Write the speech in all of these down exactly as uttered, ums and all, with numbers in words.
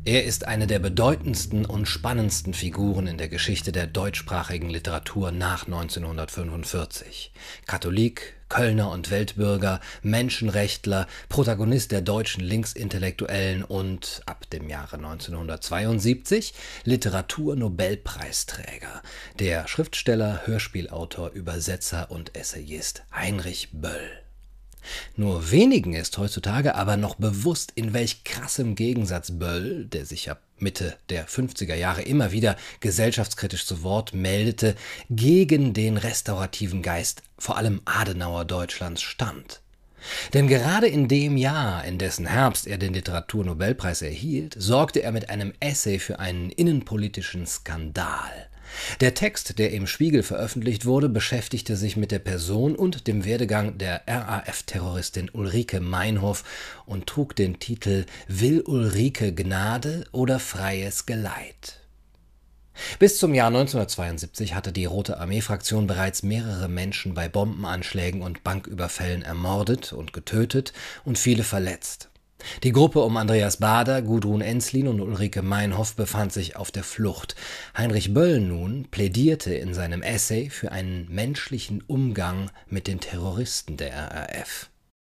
Er ist eine der bedeutendsten und spannendsten Figuren in der Geschichte der deutschsprachigen Literatur nach neunzehnhundertfünfundvierzig. Katholik, Kölner und Weltbürger, Menschenrechtler, Protagonist der deutschen Linksintellektuellen und ab dem Jahre neunzehnhundertzweiundsiebzig Literaturnobelpreisträger, der Schriftsteller, Hörspielautor, Übersetzer und Essayist Heinrich Böll. Nur wenigen ist heutzutage aber noch bewusst, in welch krassem Gegensatz Böll, der sich ja Mitte der fünfziger Jahre immer wieder gesellschaftskritisch zu Wort meldete, gegen den restaurativen Geist vor allem Adenauer Deutschlands stand. Denn gerade in dem Jahr, in dessen Herbst er den Literaturnobelpreis erhielt, sorgte er mit einem Essay für einen innenpolitischen Skandal. Der Text, der im Spiegel veröffentlicht wurde, beschäftigte sich mit der Person und dem Werdegang der R A F-Terroristin Ulrike Meinhof und trug den Titel »Will Ulrike Gnade oder freies Geleit?« Bis zum Jahr neunzehnhundertzweiundsiebzig hatte die Rote Armee-Fraktion bereits mehrere Menschen bei Bombenanschlägen und Banküberfällen ermordet und getötet und viele verletzt. Die Gruppe um Andreas Baader, Gudrun Ensslin und Ulrike Meinhof befand sich auf der Flucht. Heinrich Böll nun plädierte in seinem Essay für einen menschlichen Umgang mit den Terroristen der R A F.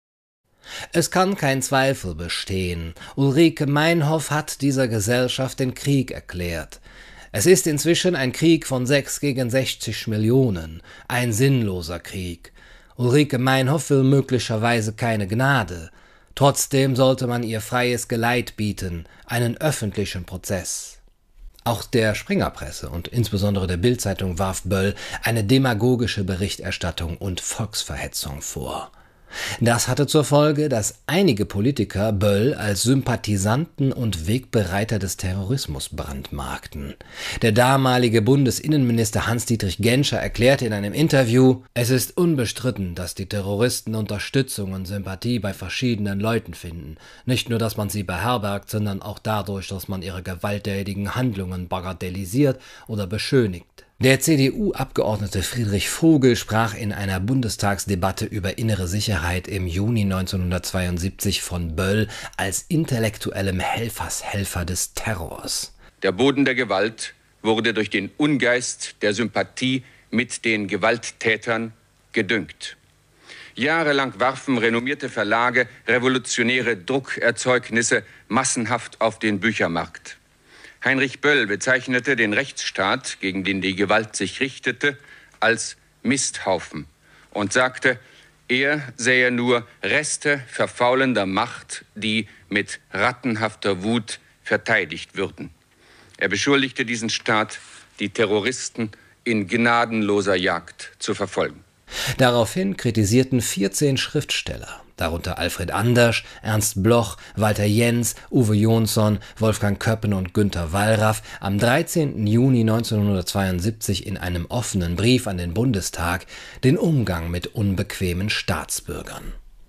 Es kann kein Zweifel bestehen, Ulrike Meinhof hat dieser Gesellschaft den Krieg erklärt. Es ist inzwischen ein Krieg von sechs gegen sechzig Millionen, ein sinnloser Krieg. Ulrike Meinhof will möglicherweise keine Gnade. Trotzdem sollte man ihr freies Geleit bieten, einen öffentlichen Prozess. Auch der Springerpresse und insbesondere der Bild-Zeitung warf Böll eine demagogische Berichterstattung und Volksverhetzung vor. Das hatte zur Folge, dass einige Politiker Böll als Sympathisanten und Wegbereiter des Terrorismus brandmarkten. Der damalige Bundesinnenminister Hans-Dietrich Genscher erklärte in einem Interview: Es ist unbestritten, dass die Terroristen Unterstützung und Sympathie bei verschiedenen Leuten finden. Nicht nur, dass man sie beherbergt, sondern auch dadurch, dass man ihre gewalttätigen Handlungen bagatellisiert oder beschönigt. Der C D U-Abgeordnete Friedrich Vogel sprach in einer Bundestagsdebatte über innere Sicherheit im Juni neunzehnhundertzweiundsiebzig von Böll als intellektuellem Helfershelfer des Terrors. Der Boden der Gewalt wurde durch den Ungeist der Sympathie mit den Gewalttätern gedüngt. Jahrelang warfen renommierte Verlage revolutionäre Druckerzeugnisse massenhaft auf den Büchermarkt. Heinrich Böll bezeichnete den Rechtsstaat, gegen den die Gewalt sich richtete, als Misthaufen und sagte, er sähe nur Reste verfaulender Macht, die mit rattenhafter Wut verteidigt würden. Er beschuldigte diesen Staat, die Terroristen in gnadenloser Jagd zu verfolgen. Daraufhin kritisierten vierzehn Schriftsteller, darunter Alfred Andersch, Ernst Bloch, Walter Jens, Uwe Jonsson, Wolfgang Köppen und Günter Wallraff am dreizehnten Juni neunzehnhundertzweiundsiebzig in einem offenen Brief an den Bundestag den Umgang mit unbequemen Staatsbürgern.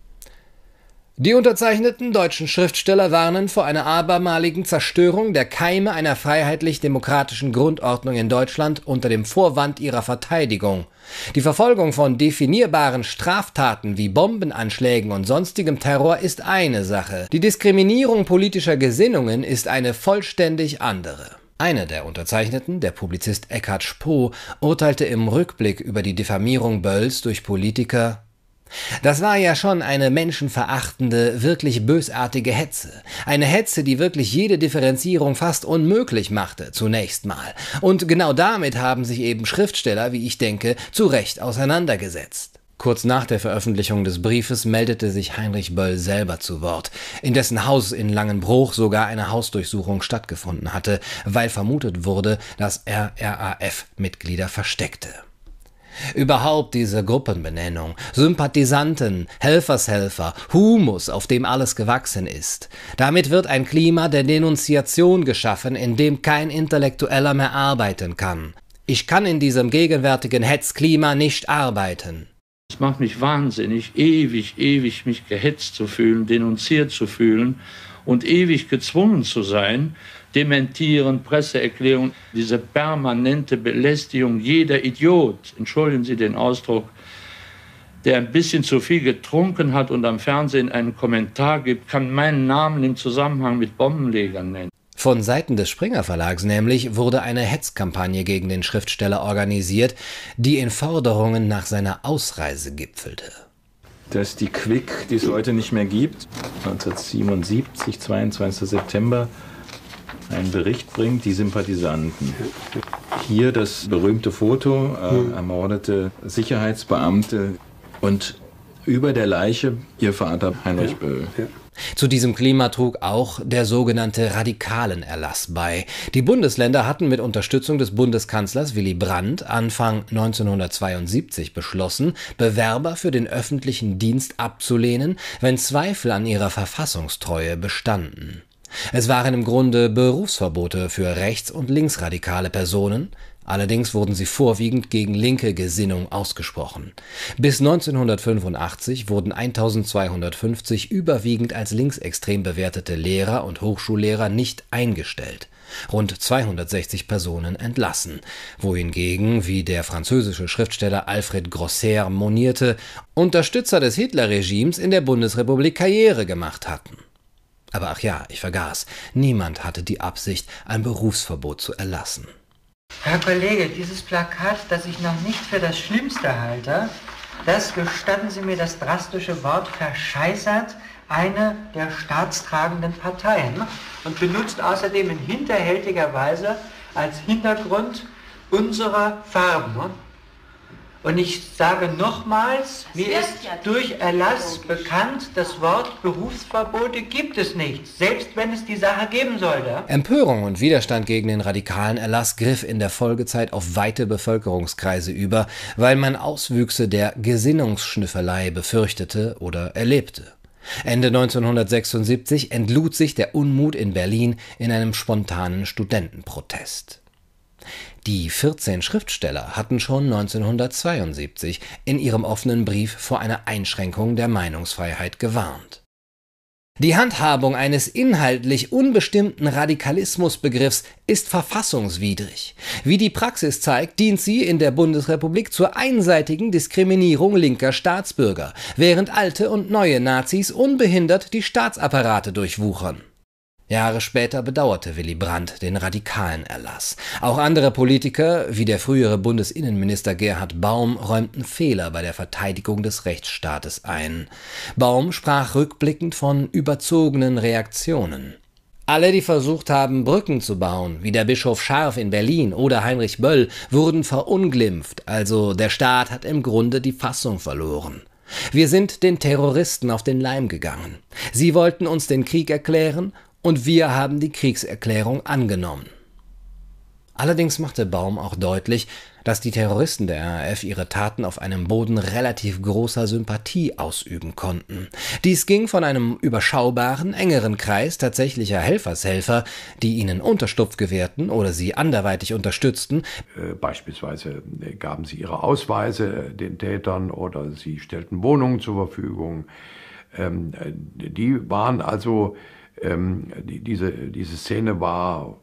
Die unterzeichneten deutschen Schriftsteller warnen vor einer abermaligen Zerstörung der Keime einer freiheitlich-demokratischen Grundordnung in Deutschland unter dem Vorwand ihrer Verteidigung. Die Verfolgung von definierbaren Straftaten wie Bombenanschlägen und sonstigem Terror ist eine Sache. Die Diskriminierung politischer Gesinnungen ist eine vollständig andere. Einer der Unterzeichneten, der Publizist Eckhard Spoh, urteilte im Rückblick über die Diffamierung Bölls durch Politiker: Das war ja schon eine menschenverachtende, wirklich bösartige Hetze. Eine Hetze, die wirklich jede Differenzierung fast unmöglich machte, zunächst mal. Und genau damit haben sich eben Schriftsteller, wie ich denke, zu Recht auseinandergesetzt. Kurz nach der Veröffentlichung des Briefes meldete sich Heinrich Böll selber zu Wort, in dessen Haus in Langenbruch sogar eine Hausdurchsuchung stattgefunden hatte, weil vermutet wurde, dass er R A F-Mitglieder versteckte. Überhaupt diese Gruppenbenennung, Sympathisanten, Helfershelfer, Humus, auf dem alles gewachsen ist. Damit wird ein Klima der Denunziation geschaffen, in dem kein Intellektueller mehr arbeiten kann. Ich kann in diesem gegenwärtigen Hetzklima nicht arbeiten. Es macht mich wahnsinnig, ewig, ewig mich gehetzt zu fühlen, denunziert zu fühlen und ewig gezwungen zu sein, dementieren, Presseerklärungen, diese permanente Belästigung. Jeder Idiot, entschuldigen Sie den Ausdruck, der ein bisschen zu viel getrunken hat und am Fernsehen einen Kommentar gibt, kann meinen Namen im Zusammenhang mit Bombenlegern nennen. Von Seiten des Springer Verlags nämlich wurde eine Hetzkampagne gegen den Schriftsteller organisiert, die in Forderungen nach seiner Ausreise gipfelte. Dass die Quick, die es heute nicht mehr gibt, neunzehnhundertsiebenundsiebzig, zweiundzwanzigster September, einen Bericht bringt, die Sympathisanten. Hier das berühmte Foto, äh, ermordete Sicherheitsbeamte und über der Leiche ihr Vater Heinrich ja, Böll. Ja. Zu diesem Klima trug auch der sogenannte Radikalenerlass bei. Die Bundesländer hatten mit Unterstützung des Bundeskanzlers Willy Brandt Anfang neunzehnhundertzweiundsiebzig beschlossen, Bewerber für den öffentlichen Dienst abzulehnen, wenn Zweifel an ihrer Verfassungstreue bestanden. Es waren im Grunde Berufsverbote für rechts- und linksradikale Personen. Allerdings wurden sie vorwiegend gegen linke Gesinnung ausgesprochen. Bis neunzehnhundertfünfundachtzig wurden eintausendzweihundertfünfzig überwiegend als linksextrem bewertete Lehrer und Hochschullehrer nicht eingestellt, rund zweihundertsechzig Personen entlassen, wohingegen, wie der französische Schriftsteller Alfred Grosser monierte, Unterstützer des Hitlerregimes in der Bundesrepublik Karriere gemacht hatten. Aber ach ja, ich vergaß, niemand hatte die Absicht, ein Berufsverbot zu erlassen. Herr Kollege, dieses Plakat, das ich noch nicht für das Schlimmste halte, das, gestatten Sie mir das drastische Wort, verscheißert eine der staatstragenden Parteien und benutzt außerdem in hinterhältiger Weise als Hintergrund unsere Farben. Und ich sage nochmals, mir ist durch Erlass bekannt, das Wort Berufsverbote gibt es nicht, selbst wenn es die Sache geben sollte. Empörung und Widerstand gegen den radikalen Erlass griff in der Folgezeit auf weite Bevölkerungskreise über, weil man Auswüchse der Gesinnungsschnüffelei befürchtete oder erlebte. Ende neunzehnhundertsechsundsiebzig entlud sich der Unmut in Berlin in einem spontanen Studentenprotest. Die vierzehn Schriftsteller hatten schon neunzehnhundertzweiundsiebzig in ihrem offenen Brief vor einer Einschränkung der Meinungsfreiheit gewarnt. Die Handhabung eines inhaltlich unbestimmten Radikalismusbegriffs ist verfassungswidrig. Wie die Praxis zeigt, dient sie in der Bundesrepublik zur einseitigen Diskriminierung linker Staatsbürger, während alte und neue Nazis unbehindert die Staatsapparate durchwuchern. Jahre später bedauerte Willy Brandt den radikalen Erlass. Auch andere Politiker, wie der frühere Bundesinnenminister Gerhard Baum, räumten Fehler bei der Verteidigung des Rechtsstaates ein. Baum sprach rückblickend von überzogenen Reaktionen. Alle, die versucht haben, Brücken zu bauen, wie der Bischof Scharf in Berlin oder Heinrich Böll, wurden verunglimpft, also der Staat hat im Grunde die Fassung verloren. Wir sind den Terroristen auf den Leim gegangen. Sie wollten uns den Krieg erklären, und wir haben die Kriegserklärung angenommen. Allerdings machte Baum auch deutlich, dass die Terroristen der R A F ihre Taten auf einem Boden relativ großer Sympathie ausüben konnten. Dies ging von einem überschaubaren, engeren Kreis tatsächlicher Helfershelfer, die ihnen Unterschlupf gewährten oder sie anderweitig unterstützten. Äh, beispielsweise gaben sie ihre Ausweise den Tätern oder sie stellten Wohnungen zur Verfügung. Ähm, die waren also Ähm, die, diese, diese Szene war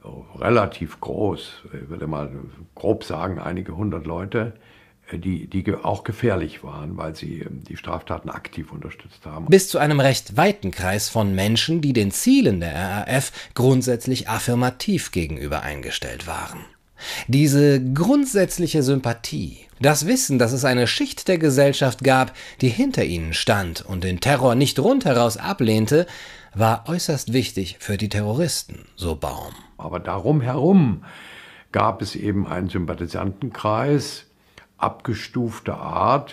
relativ groß, ich würde mal grob sagen, einige hundert Leute, die, die auch gefährlich waren, weil sie die Straftaten aktiv unterstützt haben. Bis zu einem recht weiten Kreis von Menschen, die den Zielen der R A F grundsätzlich affirmativ gegenüber eingestellt waren. Diese grundsätzliche Sympathie, das Wissen, dass es eine Schicht der Gesellschaft gab, die hinter ihnen stand und den Terror nicht rundheraus ablehnte, war äußerst wichtig für die Terroristen, so Baum. Aber darum herum gab es eben einen Sympathisantenkreis abgestufter Art,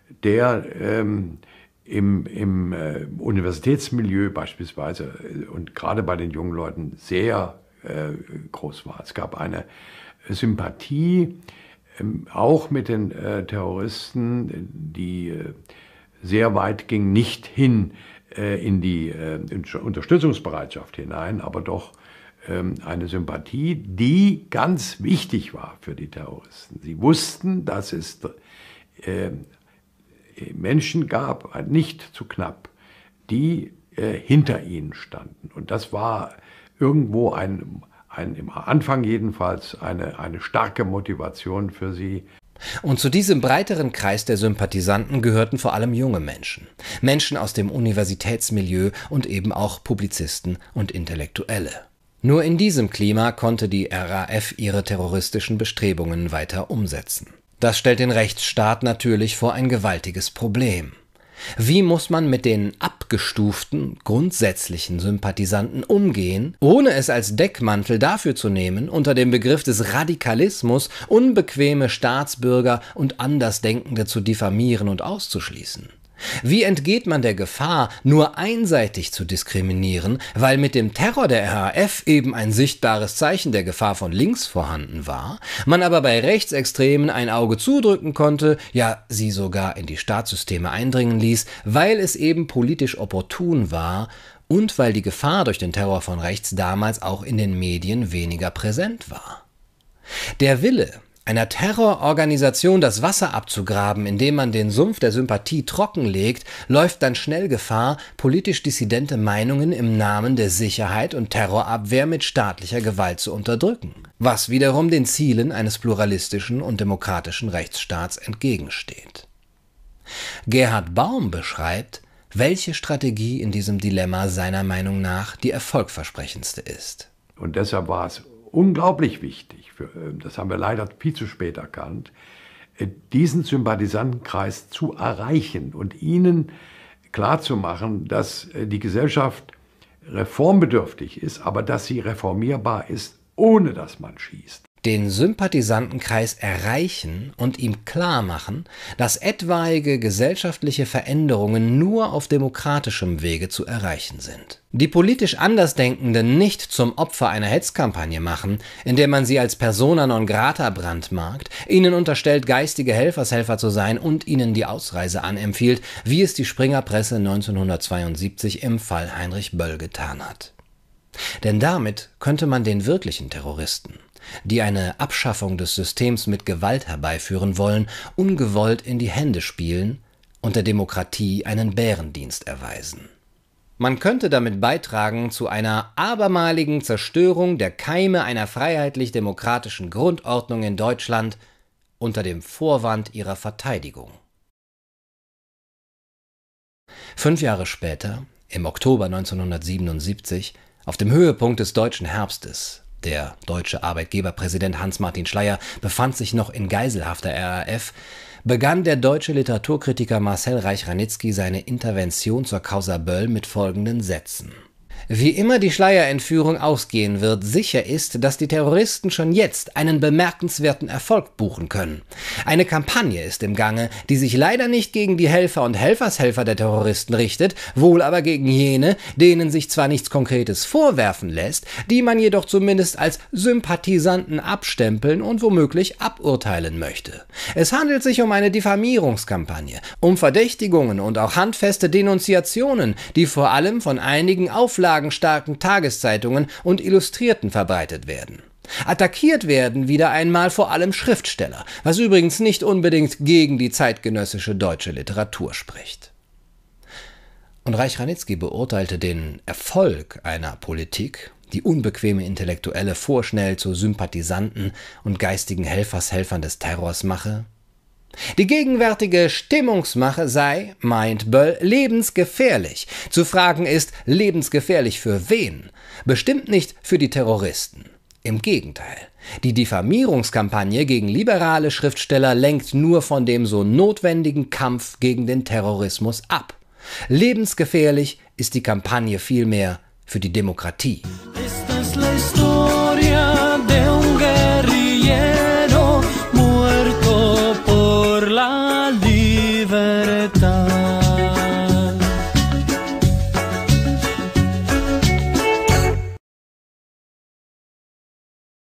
der ähm, im, im äh, Universitätsmilieu beispielsweise und gerade bei den jungen Leuten sehr äh, groß war. Es gab eine Sympathie ähm, auch mit den äh, Terroristen, die äh, sehr weit ging, nicht hin in die äh, Unterstützungsbereitschaft hinein, aber doch ähm, eine Sympathie, die ganz wichtig war für die Terroristen. Sie wussten, dass es äh, Menschen gab, nicht zu knapp, die äh, hinter ihnen standen. Und das war irgendwo ein, ein im Anfang jedenfalls eine, eine starke Motivation für sie. Und zu diesem breiteren Kreis der Sympathisanten gehörten vor allem junge Menschen. Menschen aus dem Universitätsmilieu und eben auch Publizisten und Intellektuelle. Nur in diesem Klima konnte die R A F ihre terroristischen Bestrebungen weiter umsetzen. Das stellt den Rechtsstaat natürlich vor ein gewaltiges Problem. Wie muss man mit den abgestuften, grundsätzlichen Sympathisanten umgehen, ohne es als Deckmantel dafür zu nehmen, unter dem Begriff des Radikalismus unbequeme Staatsbürger und Andersdenkende zu diffamieren und auszuschließen? Wie entgeht man der Gefahr, nur einseitig zu diskriminieren, weil mit dem Terror der R A F eben ein sichtbares Zeichen der Gefahr von links vorhanden war, man aber bei Rechtsextremen ein Auge zudrücken konnte, ja sie sogar in die Staatssysteme eindringen ließ, weil es eben politisch opportun war und weil die Gefahr durch den Terror von rechts damals auch in den Medien weniger präsent war. Der Wille, einer Terrororganisation das Wasser abzugraben, indem man den Sumpf der Sympathie trockenlegt, läuft dann schnell Gefahr, politisch dissidente Meinungen im Namen der Sicherheit und Terrorabwehr mit staatlicher Gewalt zu unterdrücken, was wiederum den Zielen eines pluralistischen und demokratischen Rechtsstaats entgegensteht. Gerhard Baum beschreibt, welche Strategie in diesem Dilemma seiner Meinung nach die erfolgversprechendste ist. Und deshalb war es unglaublich wichtig, für, das haben wir leider viel zu spät erkannt, diesen Sympathisantenkreis zu erreichen und ihnen klarzumachen, dass die Gesellschaft reformbedürftig ist, aber dass sie reformierbar ist, ohne dass man schießt. Den Sympathisantenkreis erreichen und ihm klarmachen, dass etwaige gesellschaftliche Veränderungen nur auf demokratischem Wege zu erreichen sind. Die politisch Andersdenkenden nicht zum Opfer einer Hetzkampagne machen, in der man sie als persona non grata brandmarkt, ihnen unterstellt, geistige Helfershelfer zu sein und ihnen die Ausreise anempfiehlt, wie es die Springerpresse neunzehnhundertzweiundsiebzig im Fall Heinrich Böll getan hat. Denn damit könnte man den wirklichen Terroristen, die eine Abschaffung des Systems mit Gewalt herbeiführen wollen, ungewollt in die Hände spielen und der Demokratie einen Bärendienst erweisen. Man könnte damit beitragen zu einer abermaligen Zerstörung der Keime einer freiheitlich-demokratischen Grundordnung in Deutschland unter dem Vorwand ihrer Verteidigung. Fünf Jahre später, im Oktober neunzehnhundertsiebenundsiebzig, auf dem Höhepunkt des deutschen Herbstes, der deutsche Arbeitgeberpräsident Hans-Martin Schleyer befand sich noch in Geiselhaft der R A F, begann der deutsche Literaturkritiker Marcel Reich-Ranitzky seine Intervention zur Causa Böll mit folgenden Sätzen. Wie immer die Schleyer-Entführung ausgehen wird, sicher ist, dass die Terroristen schon jetzt einen bemerkenswerten Erfolg buchen können. Eine Kampagne ist im Gange, die sich leider nicht gegen die Helfer und Helfershelfer der Terroristen richtet, wohl aber gegen jene, denen sich zwar nichts Konkretes vorwerfen lässt, die man jedoch zumindest als Sympathisanten abstempeln und womöglich aburteilen möchte. Es handelt sich um eine Diffamierungskampagne, um Verdächtigungen und auch handfeste Denunziationen, die vor allem von einigen Auflagen starken Tageszeitungen und Illustrierten verbreitet werden. Attackiert werden wieder einmal vor allem Schriftsteller, was übrigens nicht unbedingt gegen die zeitgenössische deutsche Literatur spricht. Und Reich-Ranitzky beurteilte den Erfolg einer Politik, die unbequeme Intellektuelle vorschnell zu Sympathisanten und geistigen Helfershelfern des Terrors mache. Die gegenwärtige Stimmungsmache sei, meint Böll, lebensgefährlich. Zu fragen ist, lebensgefährlich für wen? Bestimmt nicht für die Terroristen. Im Gegenteil, die Diffamierungskampagne gegen liberale Schriftsteller lenkt nur von dem so notwendigen Kampf gegen den Terrorismus ab. Lebensgefährlich ist die Kampagne vielmehr für die Demokratie. Esta es la historia de un guerrillero muerto por la libertad.